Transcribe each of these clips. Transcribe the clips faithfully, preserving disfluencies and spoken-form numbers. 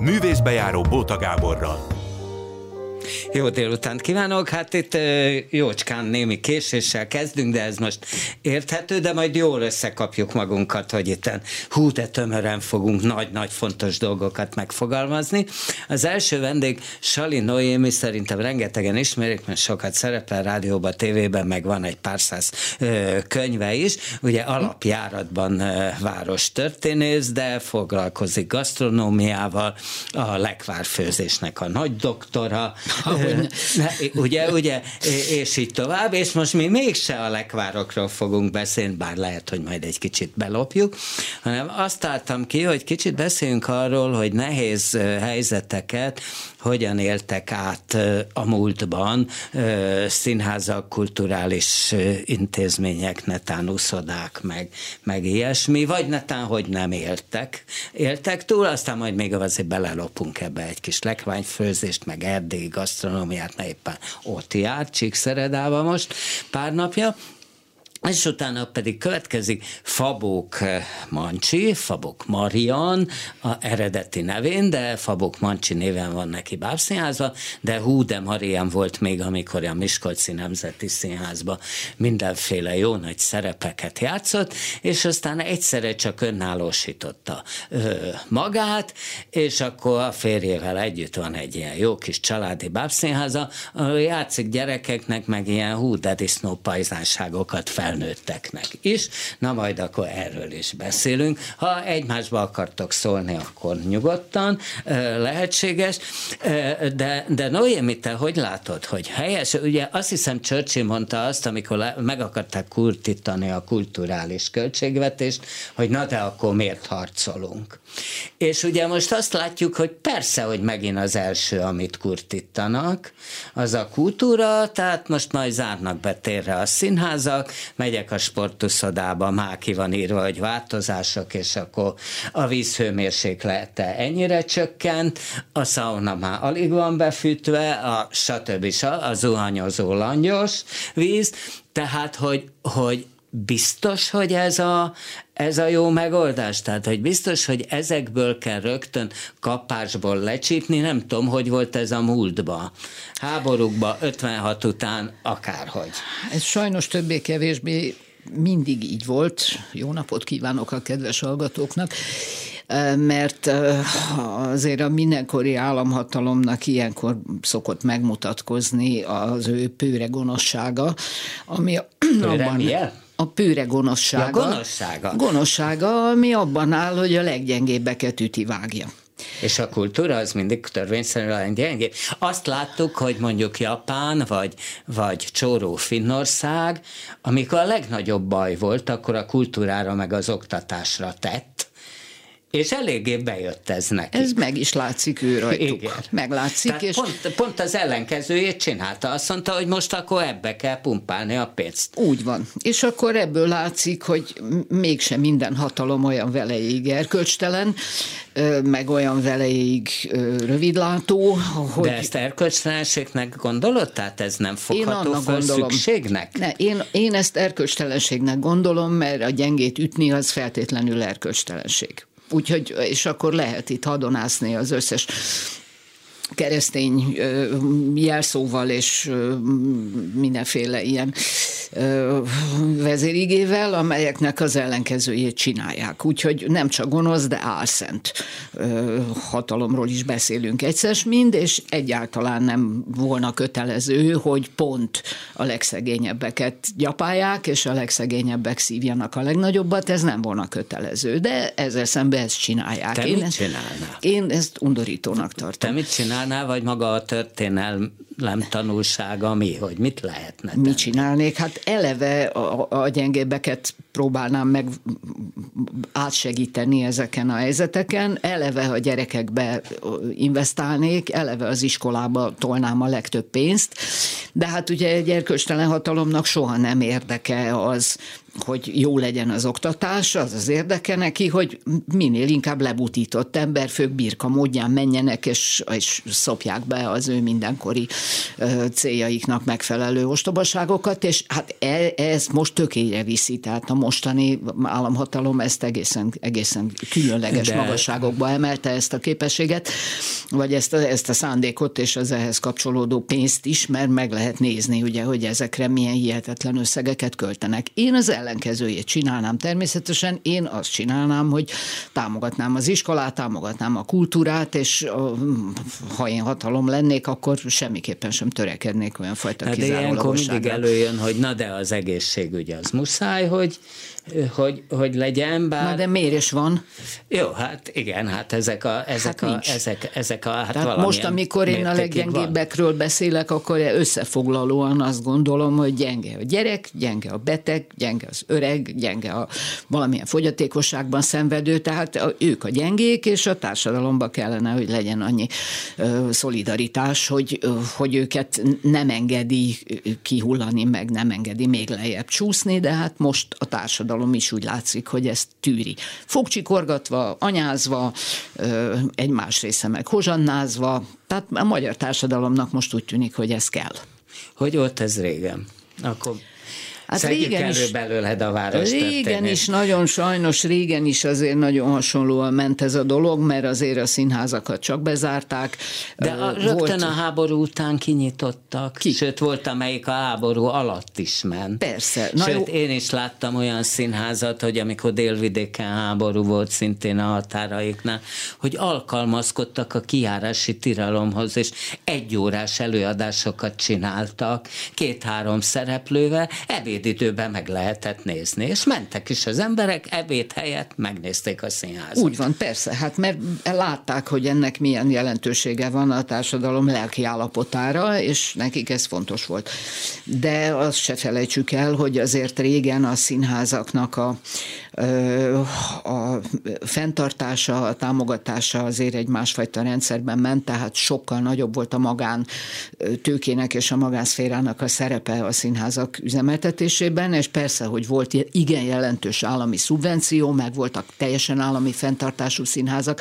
Művészbejáró Bóta Gáborral. Jó délutánt kívánok! Hát itt jócskán némi késéssel kezdünk, de ez most érthető, de majd jól összekapjuk magunkat, hogy itt hú, de tömören fogunk nagy-nagy fontos dolgokat megfogalmazni. Az első vendég Sali Noémi, szerintem rengetegen ismerik, mert sokat szerepel rádióban, tévében, meg van egy pár száz ö, könyve is. Ugye alapjáratban ö, város történész, de foglalkozik gasztronómiával, a lekvárfőzésnek a nagy doktora, ugye, ugye, és így tovább, és most mi mégse a lekvárokról fogunk beszélni, bár lehet, hogy majd egy kicsit belopjuk, hanem azt álltam ki, hogy kicsit beszéljünk arról, hogy nehéz helyzeteket hogyan éltek át a múltban színházak, kulturális intézmények, netán uszodák, meg, meg ilyesmi, vagy netán, hogy nem éltek. Éltek túl, aztán majd még azért belelopunk ebbe egy kis lekványfőzést, meg erdélyi gasztronómiát, mert éppen ott jár Csíkszeredába most pár napja. És utána pedig következik Fabók Mancsi, Fabók Marian, a eredeti nevén, de Fabók Mancsi néven van neki bábszínházba, de hú, de Marian volt még, amikor a Miskolci Nemzeti Színházba mindenféle jó nagy szerepeket játszott, és aztán egyszerre csak önállósította ö, magát, és akkor a férjével együtt van egy ilyen jó kis családi bábszínháza, ahol játszik gyerekeknek, meg ilyen hú, de disznópajzánságokat fel nőtteknek is. Na majd akkor erről is beszélünk. Ha egymásba akartok szólni, akkor nyugodtan lehetséges. De, de Noémi, te hogy látod, hogy helyes? Ugye azt hiszem Churchill mondta azt, amikor le, meg akarták kurtítani a kulturális költségvetést, hogy na de akkor miért harcolunk? És ugye most azt látjuk, hogy persze, hogy megint az első, amit kurtítanak, az a kultúra, tehát most majd zárnak be térre a színházak, megyek a sportuszodába, már ki van írva, hogy változások, és akkor a vízhőmérséklete ennyire csökkent, a szauna már alig van befűtve, a stb. A zuhanyozó langyos víz, tehát, hogy, hogy biztos, hogy ez a, ez a jó megoldás? Tehát, hogy biztos, hogy ezekből kell rögtön kapásból lecsípni, nem tudom, hogy volt ez a múltban. Háborúkban, ötvenhat után, akárhogy. Ez sajnos többé-kevésbé mindig így volt. Jó napot kívánok a kedves hallgatóknak, mert azért a mindenkori államhatalomnak ilyenkor szokott megmutatkozni az ő pőre gonoszsága, ami Pőre abban... milyen? A pőre gonoszsága, ja, gonoszsága. Gonoszsága, ami abban áll, hogy a leggyengébbeket üti, vágja. És a kultúra az mindig törvényszerűen gyengébb. Azt láttuk, hogy mondjuk Japán, vagy, vagy csóró Finnország, amikor a legnagyobb baj volt, akkor a kultúrára meg az oktatásra tett, és eléggé bejött ez neki. Ez meg is látszik ő rajtuk. Igen. Meglátszik. Tehát és pont, pont az ellenkezőjét csinálta. Azt mondta, hogy most akkor ebbe kell pumpálni a pénzt. Úgy van. És akkor ebből látszik, hogy mégsem minden hatalom olyan velejéig erkölcstelen, meg olyan velejéig rövidlátó. Hogy... De ezt erkölcstelenségnek gondolod? Tehát ez nem fogható fel szükségnek? Ne, én, én ezt erkölcstelenségnek gondolom, mert a gyengét ütni az feltétlenül erkölcstelenség. Úgyhogy, és akkor lehet itt hadonászni az összes keresztény jelszóval és mindenféle ilyen vezérigével, amelyeknek az ellenkezőjét csinálják. Úgyhogy nem csak gonosz, de álszent hatalomról is beszélünk egyszer mind, és egyáltalán nem volna kötelező, hogy pont a legszegényebbeket gyapálják, és a legszegényebbek szívjanak a legnagyobbat, ez nem volna kötelező, de ezzel szemben ezt csinálják. Te én mit ezt, csinálnál? Én ezt undorítónak tartom. Te mit csinálnál, vagy maga a történelem tanulsága mi, hogy mit lehetne tenni? Mit csinálnék? Hát eleve a, a gyengébbeket próbálnám meg átsegíteni ezeken a helyzeteken, eleve a gyerekekbe investálnék, eleve az iskolába tolnám a legtöbb pénzt, de hát ugye egy erkölcstelen hatalomnak soha nem érdeke az, hogy jó legyen az oktatás, az az érdeke neki, hogy minél inkább lebutított emberfők birka módján menjenek, és, és szopják be az ő mindenkori céljaiknak megfelelő ostobaságokat, és hát e, ez most tökére viszi, tehát a mostani államhatalom ezt egészen, egészen különleges De... magasságokba emelte ezt a képességet, vagy ezt a, ezt a szándékot, és az ehhez kapcsolódó pénzt is, mert meg lehet nézni, ugye, hogy ezekre milyen hihetetlen összegeket költenek. Én az ellenkezőjét csinálnám természetesen, én azt csinálnám, hogy támogatnám az iskolát, támogatnám a kultúrát, és ha én hatalom lennék, akkor semmiképpen sem törekednék olyan fajta hát kizárólagosságra. Mindig előjön, hogy na de az egészségügy az muszáj, hogy Hogy, hogy legyen, bár... Na de miért is van? Jó, hát igen, hát ezek a... Ezek hát a, ezek, ezek a hát most, amikor én a leggyengébbekről van. beszélek, akkor összefoglalóan azt gondolom, hogy gyenge a gyerek, gyenge a beteg, gyenge az öreg, gyenge a valamilyen fogyatékosságban szenvedő, tehát ők a gyengék, és a társadalomban kellene, hogy legyen annyi ö, szolidaritás, hogy, ö, hogy őket nem engedi kihullani, meg nem engedi még lejjebb csúszni, de hát most a társadalom is úgy látszik, hogy ezt tűri. Fogcsikorgatva, anyázva, egymás része meg hozsannázva, tehát a magyar társadalomnak most úgy tűnik, hogy ez kell. Hogy volt ez régen? Akkor hát szedjük régen elő is, belőled a város Régen történet. is, nagyon sajnos, régen is azért nagyon hasonlóan ment ez a dolog, mert azért a színházakat csak bezárták. De a, rögtön volt, a háború után kinyitottak, ki? Sőt, volt, amelyik a háború alatt is ment. Persze. Na Sőt, jó. Én is láttam olyan színházat, hogy amikor délvidéken háború volt szintén a határaiknál, hogy alkalmazkodtak a kijárási tilalomhoz, és egyórás előadásokat csináltak, két-három szereplővel, ebédidőben meg lehetett nézni, és mentek is az emberek, ebéd helyett megnézték a színházat. Úgy van, persze, hát mert látták, hogy ennek milyen jelentősége van a társadalom lelki állapotára, és nekik ez fontos volt. De azt se felejtsük el, hogy azért régen a színházaknak a, a fenntartása, a támogatása azért egy másfajta rendszerben ment, tehát sokkal nagyobb volt a magán tőkének és a magánszférának a szerepe a színházak üzemeltetésében, és persze, hogy volt igen jelentős állami szubvenció, meg voltak teljesen állami fenntartású színházak,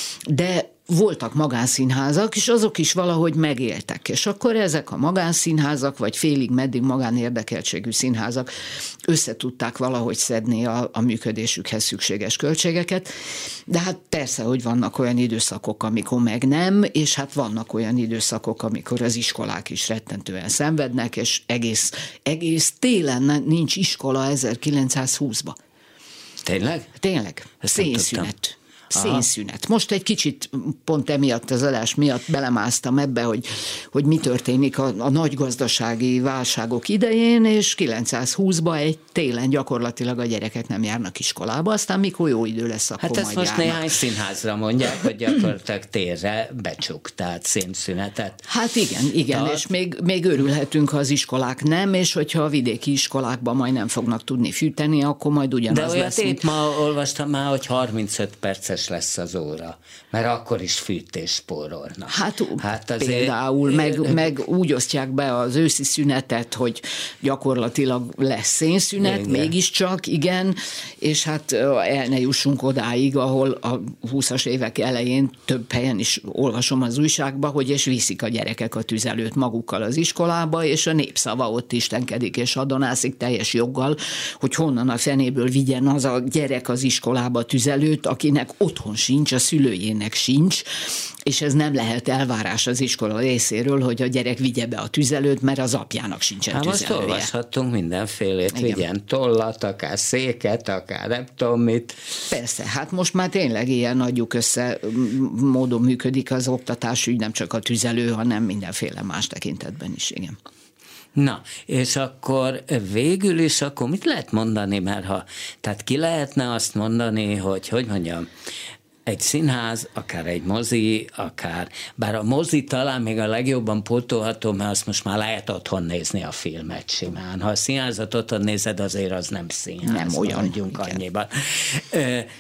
de voltak magánszínházak, és azok is valahogy megéltek. És akkor ezek a magánszínházak, vagy félig meddig magánérdekeltségű színházak összetudták valahogy szedni a, a működésükhez szükséges költségeket. De hát persze, hogy vannak olyan időszakok, amikor meg nem, és hát vannak olyan időszakok, amikor az iskolák is rettentően szenvednek, és egész, egész télen nincs iskola ezerkilencszázhúszban. Tényleg? Tényleg. Szénszünet. Szénszünet. Most egy kicsit pont emiatt az adás miatt belemásztam ebbe, hogy, hogy mi történik a, a nagy gazdasági válságok idején, és kilencszázhúszban egy télen gyakorlatilag a gyerekek nem járnak iskolába, aztán mikor jó idő lesz, akkor hát majd ezt most járnak. Néhány színházra mondják, hogy gyakorlatilag térre becsuk, tehát szénszünetet. Hát igen, igen, Tehát... és még, még örülhetünk, ha az iskolák nem, és hogyha a vidéki iskolákban majd nem fognak tudni fűteni, akkor majd ugyanaz De lesz. De olyat épp ma olvastam már, hogy harmincöt perces lesz az óra, mert akkor is fűtés spórolnak. Hát, hát azért... például, meg, meg úgy osztják be az őszi szünetet, hogy gyakorlatilag lesz szénszünet, igen. mégiscsak, igen, és hát el ne jussunk odáig, ahol a húszas évek elején több helyen is olvasom az újságba, hogy és viszik a gyerekek a tüzelőt magukkal az iskolába, és a népszava ott istenkedik és adonászik teljes joggal, hogy honnan a fenéből vigyen az a gyerek az iskolába tüzelőt, akinek otthon sincs, a szülőjének sincs, és ez nem lehet elvárás az iskola részéről, hogy a gyerek vigye be a tüzelőt, mert az apjának sincsen hát tüzelője. Most olvashattunk mindenfélét, vigyen tollat, akár széket, akár nem tudom mit. Persze, hát most már tényleg ilyen adjuk össze módon működik az oktatásügy, nem csak a tüzelő, hanem mindenféle más tekintetben is, igen. Na, és akkor végül is, akkor mit lehet mondani, mert ha, tehát ki lehetne azt mondani, hogy, hogy mondjam, egy színház, akár egy mozi, akár, bár a mozi talán még a legjobban pótolható, mert azt most már lehet otthon nézni a filmet simán. Ha a színházat otthon nézed, azért az nem színház. Nem olyan. Mondjunk annyiban.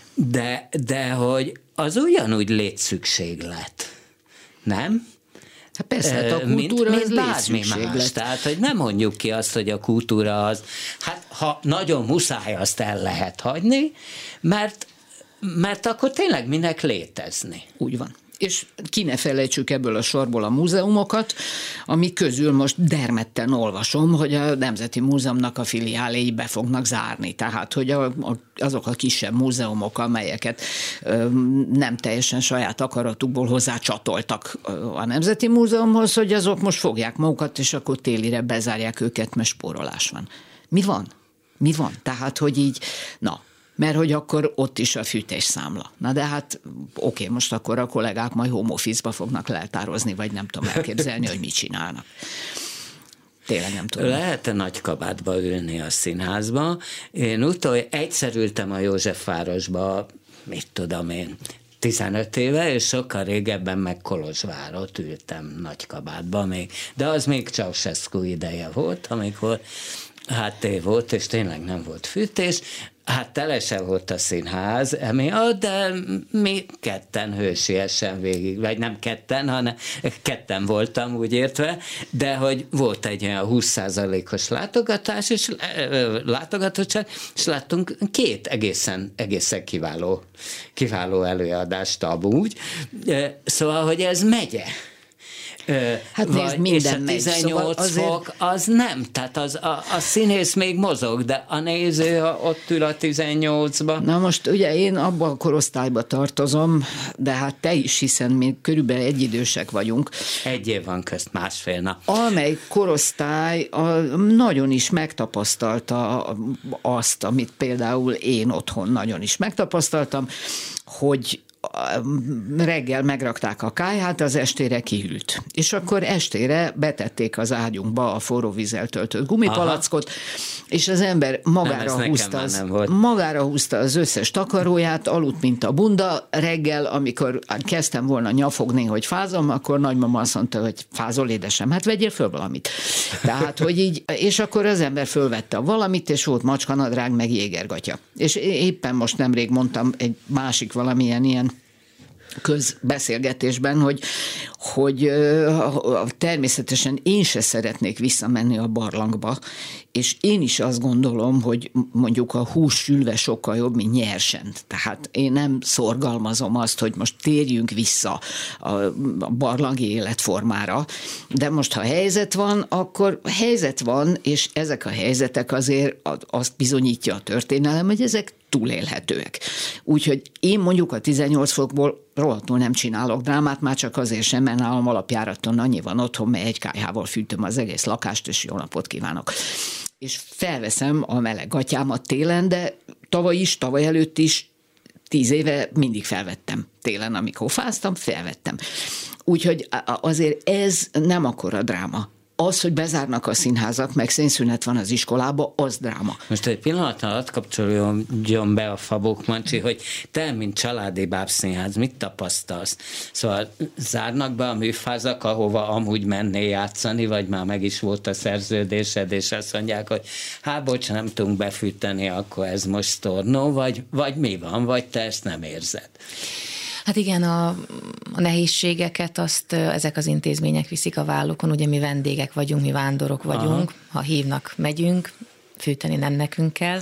De, de hogy az ugyanúgy létszükséglet, nem? Hát persze, hát a kultúra mint, az mint bármi más. Tehát, hogy nem mondjuk ki azt, hogy a kultúra az, hát ha nagyon muszáj, azt el lehet hagyni, mert, mert akkor tényleg minek létezni. Úgy van. És ki ne felejtsük ebből a sorból a múzeumokat, amik közül most dermedten olvasom, hogy a Nemzeti Múzeumnak a filiáléi be fognak zárni. Tehát, hogy a, a, azok a kisebb múzeumok, amelyeket ö, nem teljesen saját akaratukból hozzácsatoltak a Nemzeti Múzeumhoz, hogy azok most fogják magukat, és akkor télire bezárják őket, mert spórolás van. Mi van? Mi van? Tehát, hogy így, na, mert hogy akkor ott is a fűtésszámla. Na de hát oké, most akkor a kollégák majd home office-ba fognak leltározni, vagy nem tudom elképzelni, hogy mit csinálnak. Tényleg nem tudom. Lehet-e nagy kabátba ülni a színházba? Én utol, egyszer ültem a Józsefvárosba, mit tudom én, tizenöt éve, és sokkal régebben meg Kolozsvárot ültem nagy kabátba még. De az még Ceausescu ideje volt, amikor hát tév volt, és tényleg nem volt fűtés. Hát tele se volt a színház emiatt, de mi ketten hősiesen végig, vagy nem ketten, hanem ketten voltam, úgy értve, de hogy volt egy olyan húsz százalékos látogatás, és látogatottság, és láttunk két egészen, egészen kiváló, kiváló előadást amúgy. Szóval, hogy ez megye. Hát nézd, minden megy. tizennyolc szóval fok, azért... az nem, tehát az, a, a színész még mozog, de a néző, ha ott ül a tizennyolcba. Na most ugye én abban a korosztályba tartozom, de hát te is, hiszen mi körülbelül egyidősek vagyunk. Egy év van közt, másfél nap. Amely korosztály a, nagyon is megtapasztalta azt, amit például én otthon nagyon is megtapasztaltam, hogy reggel megrakták a kályhát, az estére kihűlt. És akkor estére betették az ágyunkba a forró vízzel töltött gumipalackot, aha, és az ember magára, nem, húzta az, magára húzta az összes takaróját, aludt, mint a bunda. Reggel, amikor kezdtem volna nyafogni, hogy fázom, akkor nagymama azt mondta, hogy fázol, édesem, hát vegyél föl valamit. Tehát, hogy így, és akkor az ember fölvette valamit, és volt macskanadrág, meg jégergatya. És éppen most nemrég mondtam egy másik valamilyen ilyen közbeszélgetésben, hogy, hogy természetesen én se szeretnék visszamenni a barlangba, és én is azt gondolom, hogy mondjuk a hús sülve sokkal jobb, mint nyersen. Tehát én nem szorgalmazom azt, hogy most térjünk vissza a barlangi életformára, de most ha helyzet van, akkor helyzet van, és ezek a helyzetek azért azt bizonyítja a történelem, hogy ezek túlélhetőek. Úgyhogy én mondjuk a tizennyolc fokból rohadtul nem csinálok drámát, már csak azért sem, mert nálam alapjáraton annyi van otthon, mert egy kályhával fűtöm az egész lakást, és jó napot kívánok. És felveszem a meleg gatyámat télen, de tavaly is, tavaly előtt is, tíz éve mindig felvettem. Télen, amikor fáztam, felvettem. Úgyhogy azért ez nem akkora dráma. Az, hogy bezárnak a színházak, meg szénszünet van az iskolába, az dráma. Most egy pillanat alatt kapcsoljon be a Fabók Mancsi, hogy te, mint családi bábszínház, mit tapasztalsz? Szóval zárnak be a műfázak, ahova amúgy mennél játszani, vagy már meg is volt a szerződésed, és azt mondják, hogy hát bocs, nem tudunk befűteni, akkor ez most tornó, vagy, vagy mi van, vagy te ezt nem érzed? Hát igen, a, a nehézségeket azt ezek az intézmények viszik a vállukon, ugye mi vendégek vagyunk, mi vándorok vagyunk, aha, ha hívnak, megyünk, fűteni nem nekünk kell.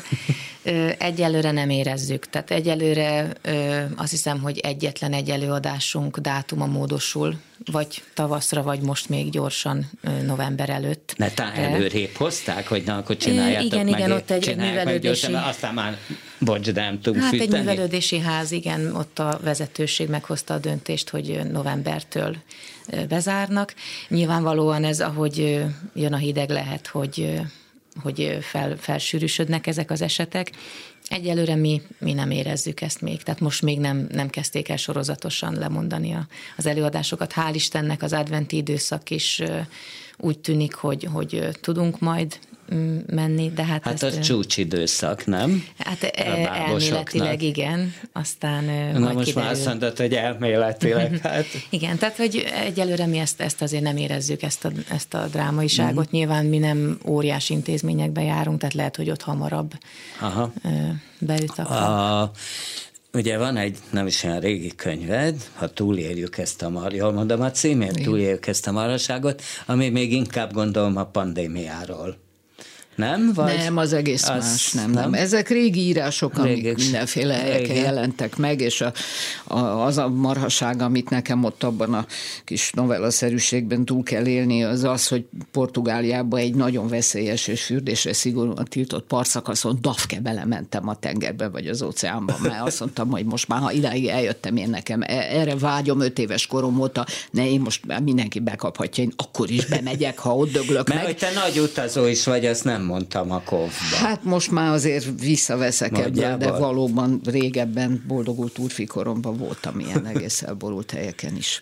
Egyelőre nem érezzük, tehát egyelőre azt hiszem, hogy egyetlen egy előadásunk dátuma módosul, vagy tavaszra, vagy most még gyorsan november előtt. Netán előrébb hozták, hogy na, akkor csináljátok igen, meg. Igen, ott egy, egy művelődési... Meg, aztán már, bocs, de nem tudunk hát fűteni. egy művelődési ház, igen, ott a vezetőség meghozta a döntést, hogy novembertől bezárnak. Nyilvánvalóan ez, ahogy jön a hideg, lehet, hogy hogy fel, felsűrűsödnek ezek az esetek. Egyelőre mi, mi nem érezzük ezt még, tehát most még nem, nem kezdték el sorozatosan lemondani a, az előadásokat. Hál' Istennek az adventi időszak is úgy tűnik, hogy, hogy tudunk majd menni, de hát... Hát ezt, az csúcsidőszak, nem? Hát elméletileg igen, aztán na majd most kiderül. már azt mondod, hogy elméletileg. Hát. Igen, tehát hogy egyelőre mi ezt, ezt azért nem érezzük, ezt a, ezt a drámaiságot. Mm-hmm. Nyilván mi nem óriási intézményekbe járunk, tehát lehet, hogy ott hamarabb beüttek. A ugye van egy nem is olyan régi könyved, ha túléljük ezt a mar, jól mondom a címét, túléljük ezt a maraságot, ami még inkább gondolom a pandémiáról. Nem? Vagy nem, az egész az más, nem, nem. nem. Ezek régi írások, amik Régis. mindenféle helyeken jelentek meg, és a, a, az a marhaság, amit nekem ott abban a kis novellaszerűségben túl kell élni, az az, hogy Portugáliában egy nagyon veszélyes és fürdésre szigorúan tiltott partszakaszon dafke belementem a tengerbe, vagy az óceánba, mert azt mondtam, hogy most már, ha idáig eljöttem én nekem, erre vágyom, öt éves korom óta, ne, én most már mindenki bekaphatja, én akkor is bemegyek, ha ott döglök meg. Mert hogy te nagy utazó is vagy, azt nem mondtam a kóvba. Hát most már azért visszaveszek ebből, de valóban régebben boldogult úrfikoromban voltam ilyen egész elborult helyeken is.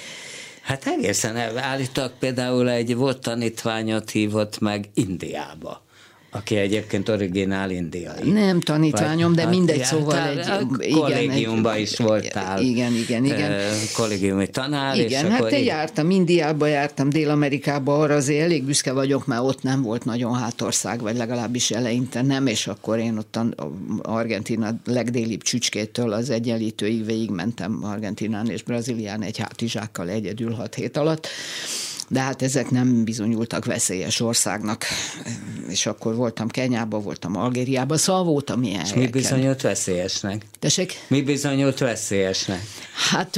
Hát egészen állítak, például egy volt tanítványot hívott meg Indiába, aki egyébként originál indiai. Nem tanítványom, vagy, de mindegy, hát, szóval hát, egy... Igen, kollégiumban is voltál. Igen, igen, igen. Kollégiumi tanár. Igen, és hát akkor én jártam Indiába, jártam Dél-Amerikába, arra azért elég büszke vagyok, mert ott nem volt nagyon hátország, vagy legalábbis eleinte nem, és akkor én ott Argentína legdélibb csücskétől az Egyenlítőig végigmentem Argentinán és Brazílián egy hátizsákkal egyedül hat hét alatt. De hát ezek nem bizonyultak veszélyes országnak. És akkor voltam Kenyában, voltam Algériában, szóval voltam ilyen helyeken. Mi bizonyult veszélyesnek? Tessék? Mi bizonyult veszélyesnek? Hát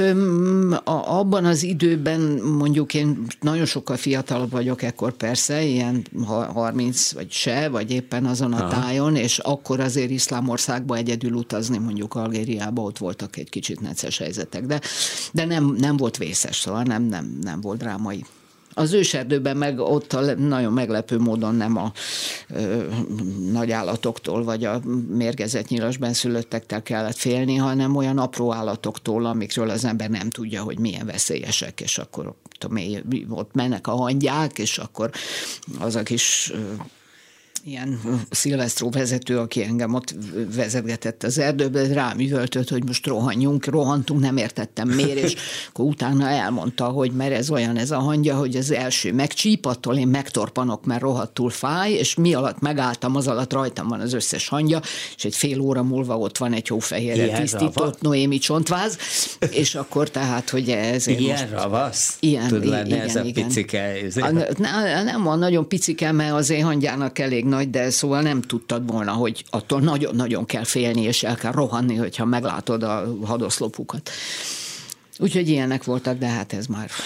a, abban az időben, mondjuk én nagyon sokkal fiatalabb vagyok ekkor persze, ilyen harminc vagy se, vagy éppen azon a Aha. tájon, és akkor azért iszlámországba egyedül utazni, mondjuk Algériába, ott voltak egy kicsit necces helyzetek, de, de nem, nem volt vészes, szóval nem, nem, nem volt drámai. Az őserdőben meg ott a nagyon meglepő módon nem a ö, nagy állatoktól, vagy a mérgezett nyilasben szülöttekkel kellett félni, hanem olyan apró állatoktól, amikről az ember nem tudja, hogy milyen veszélyesek, és akkor ott, ott mennek a hangyák, és akkor az a kis... Ö, ilyen szilvesztró vezető, aki engem ott vezetgetett az erdőbe, rám üvöltött, hogy most rohanjunk, rohantunk, nem értettem miért, és akkor utána elmondta, hogy mert ez olyan ez a hangya, hogy az első megcsíp, attól én megtorpanok, mert rohadtul fáj, és mi alatt megálltam, az alatt rajtam van az összes hangya, és egy fél óra múlva ott van egy hófehérre tisztított noémi csontváz, és akkor tehát, hogy ez... Ilyen most, ravasz? Ilyen, tud lenni igen, ez a igen. picike? A, ne, nem van nagyon picike, mert az én hangyának elég nagy, de szóval nem tudtad volna, hogy attól nagyon-nagyon kell félni, és el kell rohanni, hogyha meglátod a hadoszlopukat. Úgyhogy ilyenek voltak, de hát ez már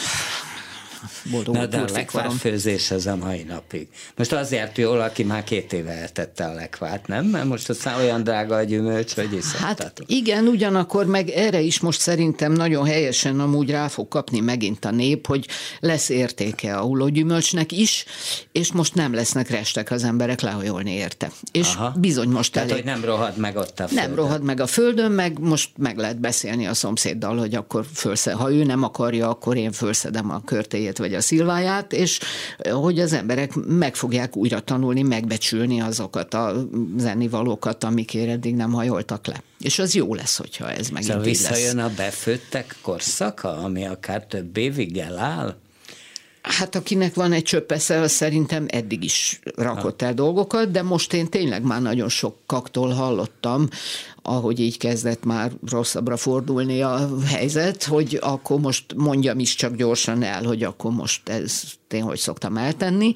boldog. Na, de a lekvárfőzés az a mai napig. Most azért jól, aki már két éve eltette a lekvárt, nem? Mert most aztán olyan drága a gyümölcs, hogy iszonytatos. Hát igen, ugyanakkor meg erre is most szerintem nagyon helyesen amúgy rá fog kapni megint a nép, hogy lesz értéke a hullógyümölcsnek is, és most nem lesznek restek az emberek lehajolni érte. És Aha. bizony most Tehát, elég... hogy nem rohad meg ott a földön. Nem rohad meg a földön, meg most meg lehet beszélni a szomszéddal, hogy akkor fölszed, ha ő nem akarja, akkor én fölszedem a körtéjét vagy a szilváját, és hogy az emberek meg fogják újra tanulni, megbecsülni azokat a zennivalókat, amikért eddig nem hajoltak le. És az jó lesz, hogyha ez megint szóval így lesz. Visszajön a befőttek korszaka, ami akár több évig eláll? Hát akinek van egy csöppesze, az szerintem eddig is rakott el dolgokat, de most én tényleg már nagyon sokaktól hallottam, ahogy így kezdett már rosszabbra fordulni a helyzet, hogy akkor most mondjam is csak gyorsan el, hogy akkor most ez én hogy szoktam eltenni.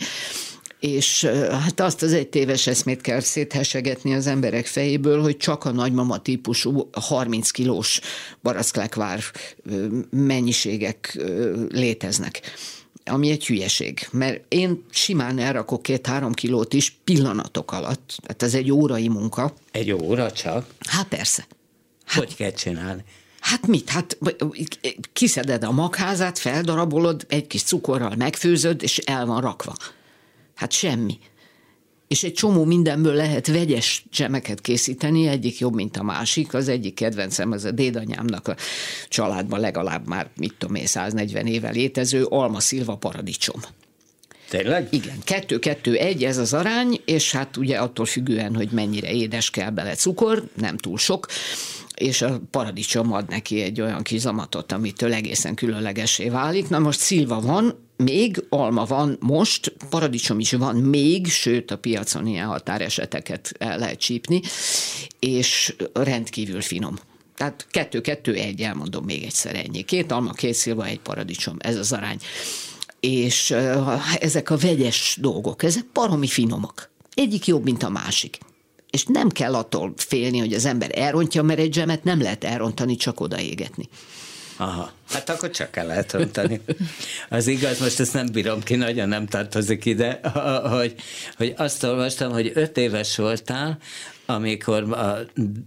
És hát azt az egytéves eszmét kell széthesegetni az emberek fejéből, hogy csak a nagymama típusú harminc kilós barackklekvár mennyiségek léteznek. Ami egy hülyeség, mert én simán elrakok két-három kilót is pillanatok alatt, tehát ez egy órai munka. Egy óra csak? Hát persze. Hát, hogy kell csinálni? Hát mit? Hát kiszeded a magházát, feldarabolod, egy kis cukorral megfőzöd, és el van rakva. Hát semmi. És egy csomó mindenből lehet vegyes dzsemeket készíteni, egyik jobb, mint a másik. Az egyik kedvencem, az a dédanyámnak a családban legalább már, mit tudom én, száznegyven éve létező alma-szilva paradicsom. Tényleg? Igen, kettő-kettő-egy ez az arány, és hát ugye attól függően, hogy mennyire édes kell bele cukor, nem túl sok, és a paradicsom ad neki egy olyan kis zamatot, amitől egészen különlegessé válik. Na most szilva van, még alma van most, paradicsom is van még, sőt a piacon ilyen határeseteket el lehet csípni, és rendkívül finom. Tehát kettő-kettő egy, elmondom még egyszer ennyi. Két alma, két szilva, egy paradicsom, ez az arány. És uh, ezek a vegyes dolgok, ezek baromi finomak. Egyik jobb, mint a másik. És nem kell attól félni, hogy az ember elrontja, mert egy dzsemet nem lehet elrontani, csak odaégetni. Aha, hát akkor csak el lehet rontani. Az igaz, most ezt nem bírom ki, nagyon nem tartozik ide, hogy, hogy azt olvastam, hogy öt éves voltál, amikor a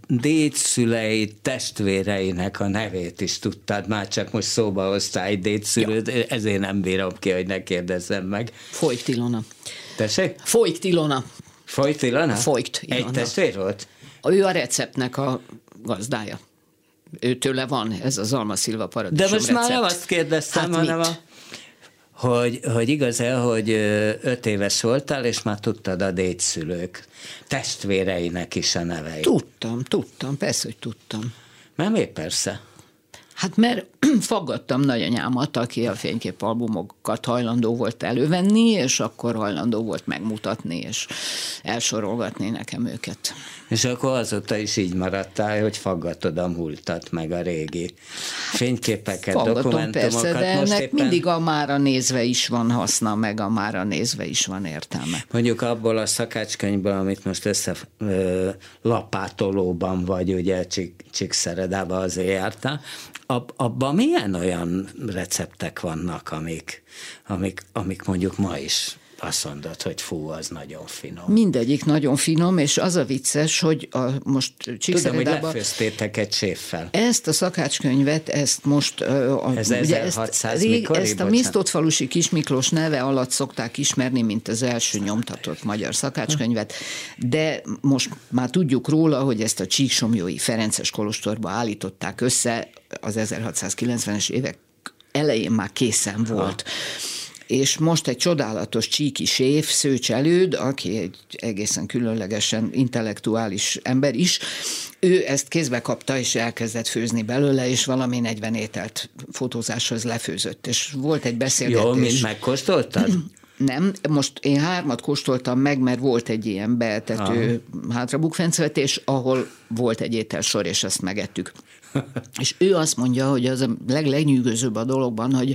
dédszülei testvéreinek a nevét is tudtad, már csak most szóba hoztál egy dédszülőt, ja. Ezért nem bírom ki, hogy ne kérdezzem meg. Folykt Ilona. Tessék? Folykt Ilona. Folykt Ilona? Folykt Ilona. Egy testvér volt? Ő a receptnek a gazdája. Őtőle van ez az alma szilva paradicsom De most recept. már nem azt kérdeztem, hát hanem a, hogy, hogy igaz-e, hogy öt éves voltál, és már tudtad a dédszülők testvéreinek is a neveit. Tudtam, tudtam, persze, hogy tudtam. Nem épp persze. Hát mert faggattam nagyanyámat, aki a fényképalbumokat hajlandó volt elővenni, és akkor hajlandó volt megmutatni, és elsorolgatni nekem őket. És akkor azóta is így maradtál, hogy faggatod a múltat, meg a régi fényképeket, Faggatom, dokumentumokat. persze, de most ennek éppen... mindig a mára nézve is van haszna, meg a mára nézve is van értelme. Mondjuk abból a szakácskönyvből, amit most össze ö, lapátolóban vagy, ugye Csik, Csíkszeredában azért jártál, ab, abban milyen olyan receptek vannak, amik, amik, amik mondjuk ma is azt mondod, hogy fú, az nagyon finom. Mindegyik nagyon finom, és az a vicces, hogy a, most Csíkszeredában... Tudom, hogy lefőztétek egy séffel. Ezt a szakácskönyvet, ezt most... A, Ez ugye ezerhatszáz ezt, rég, mikori? ezt a Misztotfalusi Kismiklós neve alatt szokták ismerni, mint az első nyomtatott magyar szakácskönyvet, de most már tudjuk róla, hogy ezt a csíksomlyói Ferences kolostorba állították össze, az ezerhatszázkilencvenes évek elején már készen volt. Ha. És most egy csodálatos csíki séf, Szőcs Előd, aki egy egészen különlegesen intellektuális ember is, ő ezt kézbe kapta, és elkezdett főzni belőle, és valami negyven ételt fotózáshoz lefőzött. És volt egy beszélgetés. Jó, mint megkóstoltad? Nem, most én hármat kóstoltam meg, mert volt egy ilyen beetető hátrabukfencvetés, ahol volt egy ételsor, és ezt megettük. És ő azt mondja, hogy az a leglenyűgözőbb a dologban, hogy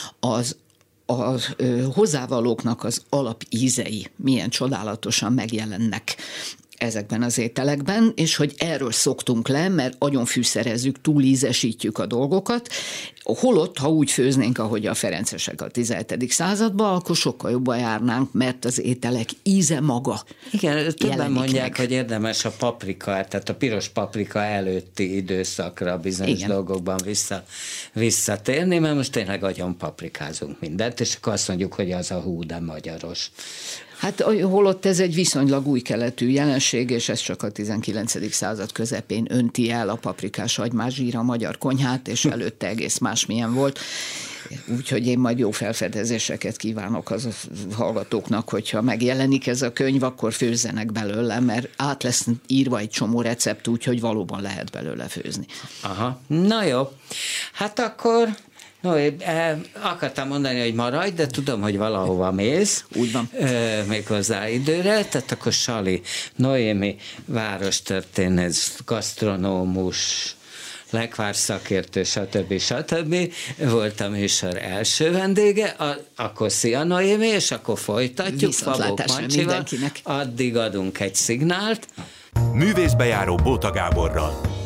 az a hozzávalóknak az alapízei milyen csodálatosan megjelennek ezekben az ételekben, és hogy erről szoktunk le, mert agyon fűszerezzük, túlízesítjük a dolgokat, holott, ha úgy főznénk, ahogy a ferencesek a tizenhetedik században, akkor sokkal jobban járnánk, mert az ételek íze maga. Igen, többen mondják, meg. hogy érdemes a paprika, tehát a piros paprika előtti időszakra bizonyos Igen. dolgokban vissza, visszatérni, mert most tényleg agyon paprikázunk mindent, és akkor azt mondjuk, hogy az a hú, de magyaros. Hát holott ez egy viszonylag új keletű jelenség, és ez csak a tizenkilencedik század közepén önti el a paprikás hagymás zsír a magyar konyhát, és előtte egész másmilyen volt. Úgyhogy én majd jó felfedezéseket kívánok az hallgatóknak, hogyha megjelenik ez a könyv, akkor főzzenek belőle, mert át lesz írva egy csomó recept, úgyhogy valóban lehet belőle főzni. Aha, na jó. Hát akkor... No, én eh, akartam mondani, hogy maradj, de tudom, hogy valahova mész. Úgy van. Eh, méghozzá időre, tehát akkor Sali Noémi várostörténész, gasztronómus, lekvár szakértő, stb. stb. Volt a műsor első vendége, a, akkor szia Noémi, és akkor folytatjuk Fabók Mancsival. Addig adunk egy szignált. Művészbejáró Bóta Gáborral.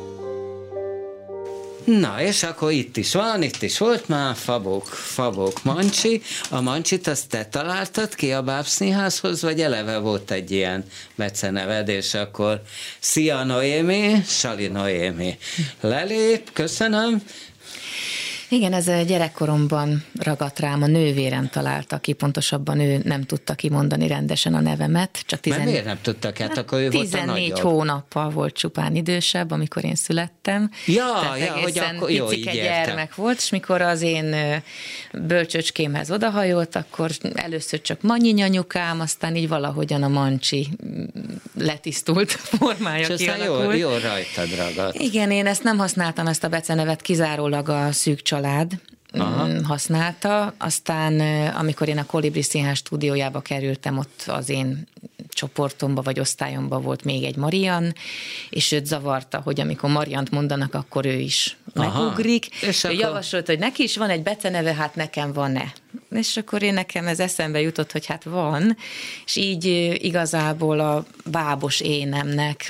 Na, és akkor itt is van, itt is volt már Fabók, Fabók Mancsi. A Mancsit azt te találtad ki a Bábszínházhoz, vagy eleve volt egy ilyen beceneved, és akkor szia Noémi, Sali Noémi lelép, köszönöm. Igen, ez gyerekkoromban ragadt rám, a nővérem találta ki, pontosabban ő nem tudta kimondani rendesen a nevemet. Csak tizen... Mert miért nem tudtak? Hát akkor ő volt a tizennégy hónappal volt csupán idősebb, amikor én születtem. Ja, tehát ja, hogy akkor jó, így gyermek volt, és mikor az én bölcsöcskémhez odahajolt, akkor először csak Manyi nyanyukám, aztán így valahogyan a Mancsi letisztult formája és kialakult. Jól, jól rajtad ragadt. Igen, én ezt nem használtam, ezt a becenevet, kizárólag a szűk család Aha. használta. Aztán, amikor én a Kolibri Színház stúdiójába kerültem, ott az én csoportomba vagy osztályomba volt még egy Marian, és őt zavarta, hogy amikor Mariant mondanak, akkor ő is Aha. megugrik. És ő akkor... javasolt, hogy neki is van egy beceneve, hát nekem van-e? És akkor én nekem ez eszembe jutott, hogy hát van, és így igazából a bábos énemnek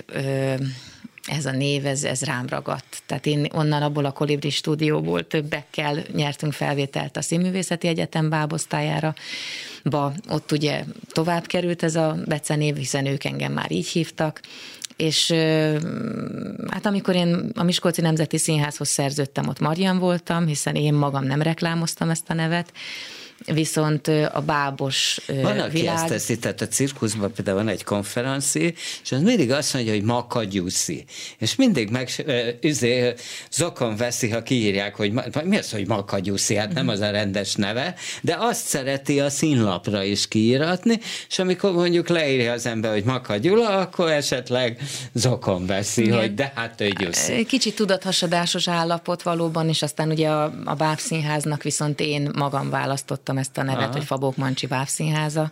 ez a név, ez, ez rám ragadt. Tehát én onnan abból a Kolibri stúdióból többekkel nyertünk felvételt a Színművészeti Egyetem bábosztályára, ba, ott ugye tovább került ez a becenév, hiszen ők engem már így hívtak, és hát amikor én a Miskolci Nemzeti Színházhoz szerződtem, ott Marian voltam, hiszen én magam nem reklámoztam ezt a nevet, viszont a bábos van, aki világ... ezt teszi, tehát a cirkuszban például van egy konferenci, és az mindig azt mondja, hogy Makagyuszi. És mindig meg üzé, zokon veszi, ha kiírják, hogy mi az, hogy Makagyuszi, hát nem az a rendes neve, de azt szereti a színlapra is kiíratni, és amikor mondjuk leírja az ember, hogy Makagyula, akkor esetleg zokon veszi, igen. hogy de hát ő Gyuszi. Kicsit tudathasadásos állapot valóban, és aztán ugye a, a bábszínháznak viszont én magam választottam ezt a nevet, Aha. hogy Fabók Mancsi Bábszínháza.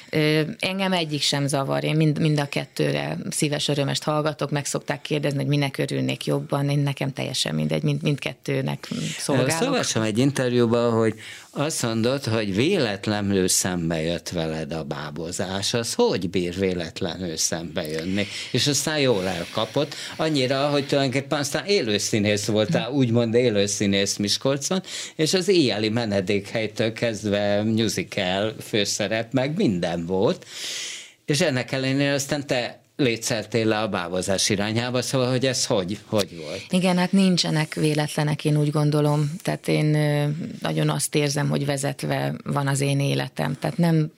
Engem egyik sem zavar, én mind, mind a kettőre szíves örömest hallgatok, meg szokták kérdezni, hogy minek örülnék jobban, én nekem teljesen mindegy, mind, mindkettőnek szolgálok. Szóval egy interjúban, hogy azt mondod, hogy véletlenül szembe jött veled a bábozás, az hogy bír véletlenül szembe jönni? És aztán jól elkapott, annyira, hogy tulajdonképpen aztán élőszínész voltál, úgymond élőszínész Miskolcon, és az éjjeli menedékhelytől kezdve musical főszerep, meg minden volt, és ennek ellenére aztán te létszeltél le a bábozás irányába, szóval, hogy ez hogy, hogy volt? Igen, hát nincsenek véletlenek, én úgy gondolom, tehát én nagyon azt érzem, hogy vezetve van az én életem, tehát nem,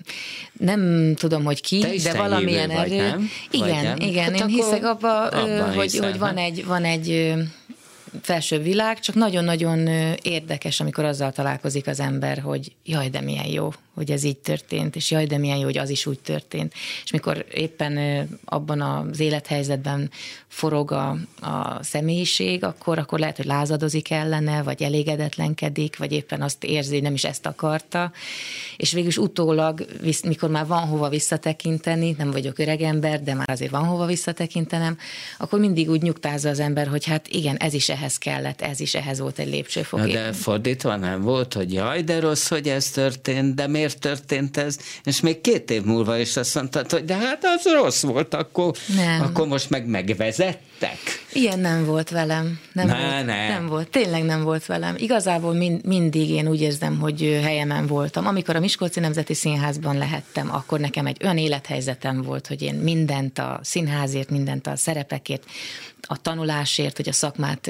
nem tudom, hogy ki, de valamilyen erő. Vagy, nem? Igen, vagy nem? igen, hát én hiszek abba, hogy, hiszen, hogy van egy, van egy felsőbb világ, csak nagyon-nagyon érdekes, amikor azzal találkozik az ember, hogy jaj, de milyen jó, hogy ez így történt, és jaj, de milyen jó, hogy az is úgy történt. És mikor éppen abban az élethelyzetben forog a, a személyiség, akkor, akkor lehet, hogy lázadozik ellene, vagy elégedetlenkedik, vagy éppen azt érzi, hogy nem is ezt akarta. És végülis utólag, mikor már van hova visszatekinteni, nem vagyok öreg ember, de már azért van hova visszatekintenem, akkor mindig úgy nyugtázza az ember, hogy hát igen, ez is ehhez kellett, ez is ehhez volt egy lépcsőfok. Na de fordítva nem volt, hogy jaj, de rossz, hogy ez történt, de miért történt ez? És még két év múlva is azt mondtad, hogy de hát az rossz volt, akkor, akkor most meg megvezettek. Ilyen nem volt velem. Nem, ne, volt, ne. nem volt. Tényleg nem volt velem. Igazából mind, mindig én úgy érzem, hogy helyemen voltam. Amikor a Miskolci Nemzeti Színházban lehettem, akkor nekem egy olyan élethelyzetem volt, hogy én mindent a színházért, mindent a szerepekért, a tanulásért, hogy a szakmát,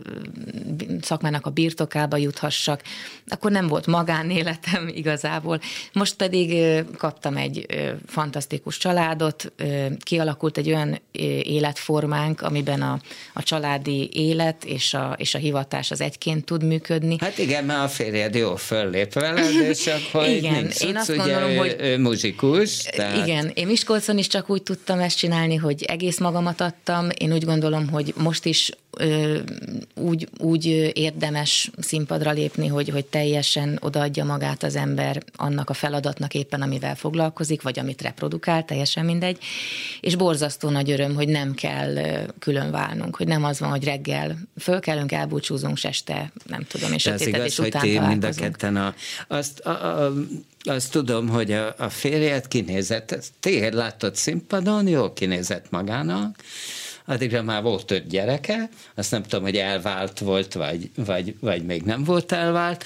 szakmának a birtokába juthassak, akkor nem volt magánéletem igazából. Most pedig kaptam egy fantasztikus családot, kialakult egy olyan életformánk, amiben a, a családi élet és a, és a hivatás az egyként tud működni. Hát igen, mert a férjed jó föllép veled, és akkor igen, nincs én azt ugye, gondolom, hogy ő muzsikus. Tehát... Igen, én Miskolcon is csak úgy tudtam ezt csinálni, hogy egész magamat adtam. Én úgy gondolom, hogy most is ö, úgy, úgy érdemes színpadra lépni, hogy, hogy teljesen odaadja magát az ember annak a feladatnak éppen, amivel foglalkozik, vagy amit reprodukál, teljesen mindegy. És borzasztó nagy öröm, hogy nem kell külön válnunk, hogy nem az van, hogy reggel fölkelünk, elbúcsúzunk, és este, nem tudom, és sötétedés után találkozunk. Hogy mind a ketten a, azt, a, a, azt tudom, hogy a, a férjed kinézett, téged láttad színpadon, jól kinézett magának, addigra már volt öt gyereke, azt nem tudom, hogy elvált volt, vagy, vagy, vagy még nem volt elvált,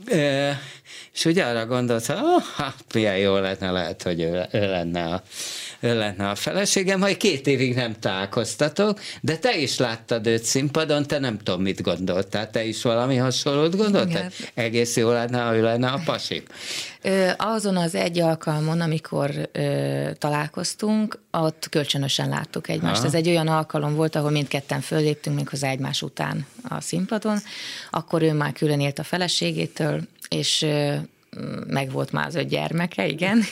e, és ugye arra gondolt, hogy oh, hát milyen jó lenne, lehet, hogy ő, ő, lenne a, ő lenne a feleségem, majd két évig nem találkoztatok, de te is láttad őt színpadon, te nem tudom, mit gondoltál, te is valami hasonlót gondoltál? Egész jó lenne, ha ő lenne a pasik. Ö, azon az egy alkalmon, amikor ö, találkoztunk, ott kölcsönösen láttuk egymást. Ha. Ez egy olyan alkalom volt, ahol mindketten fölléptünk méghozzá egymás után a színpadon. Akkor ő már külön élt a feleségétől, és ö, meg volt már az öt gyermeke, igen.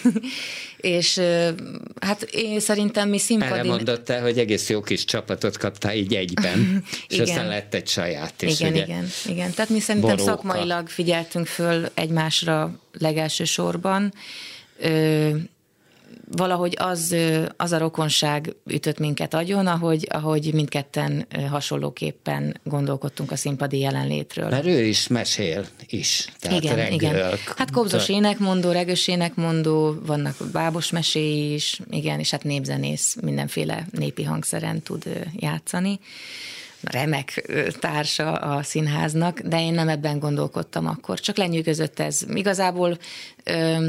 És hát én szerintem mi színpadin... Erre mondott el, hogy egész jó kis csapatot kaptál így egyben, és igen. aztán lett egy saját is. Igen, ugye? igen, igen. Tehát mi szerintem Boróka. valahogy az, az a rokonság ütött minket agyon, ahogy, ahogy mindketten hasonlóképpen gondolkodtunk a színpadi jelenlétről. Mert ő is mesél is. Tehát igen, regöl, igen. Hát kobzos énekmondó, regős énekmondó, vannak bábos meséi is, igen, és hát népzenész mindenféle népi hangszeren tud játszani. Remek társa a színháznak, de én nem ebben gondolkodtam akkor. Csak lenyűgözött ez. Igazából ö,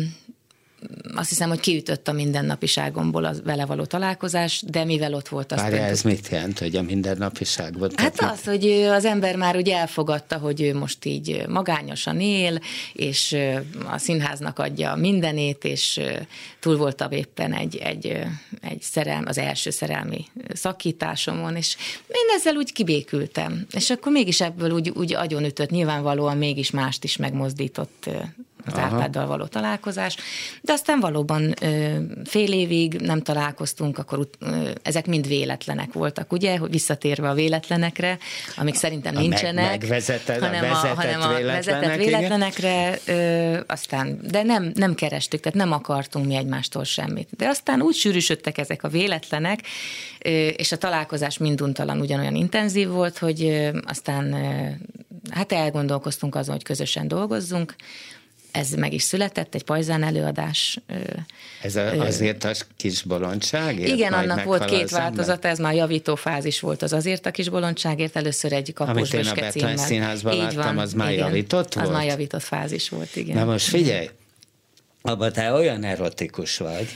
azt hiszem, hogy kiütött a mindennapiságomból a vele való találkozás, de mivel ott volt azt... Várjál, ez mit jelent, hogy a mindennapiságban? Hát az, hogy az ember már úgy elfogadta, hogy ő most így magányosan él, és a színháznak adja mindenét, és túl voltam éppen egy, egy, egy szerelm, az első szerelmi szakításomon, és én ezzel úgy kibékültem. És akkor mégis ebből úgy, úgy agyonütött, nyilvánvalóan mégis mást is megmozdított az Aha. Árpáddal való találkozás, de aztán valóban fél évig nem találkoztunk, akkor ezek mind véletlenek voltak, ugye, hogy visszatérve a véletlenekre, amik szerintem a nincsenek, megvezetett, hanem a a, hanem a vezetett véletlenekre, ö, aztán, de nem, nem kerestük, tehát nem akartunk mi egymástól semmit. De aztán úgy sűrűsödtek ezek a véletlenek, ö, és a találkozás minduntalan ugyanolyan intenzív volt, hogy ö, aztán ö, hát elgondolkoztunk azon, hogy közösen dolgozzunk. Ez meg is született, egy pajzán előadás. Ez a, azért a kis bolondságért? Igen, annak volt két változata, ez már javító fázis volt az azért a kis bolondságért, először egy kapós böske címmel. Amit én a Betlen Színházban láttam, az már igen, javított volt? Az már javított fázis volt, igen. Na most figyelj, abban te olyan erotikus vagy,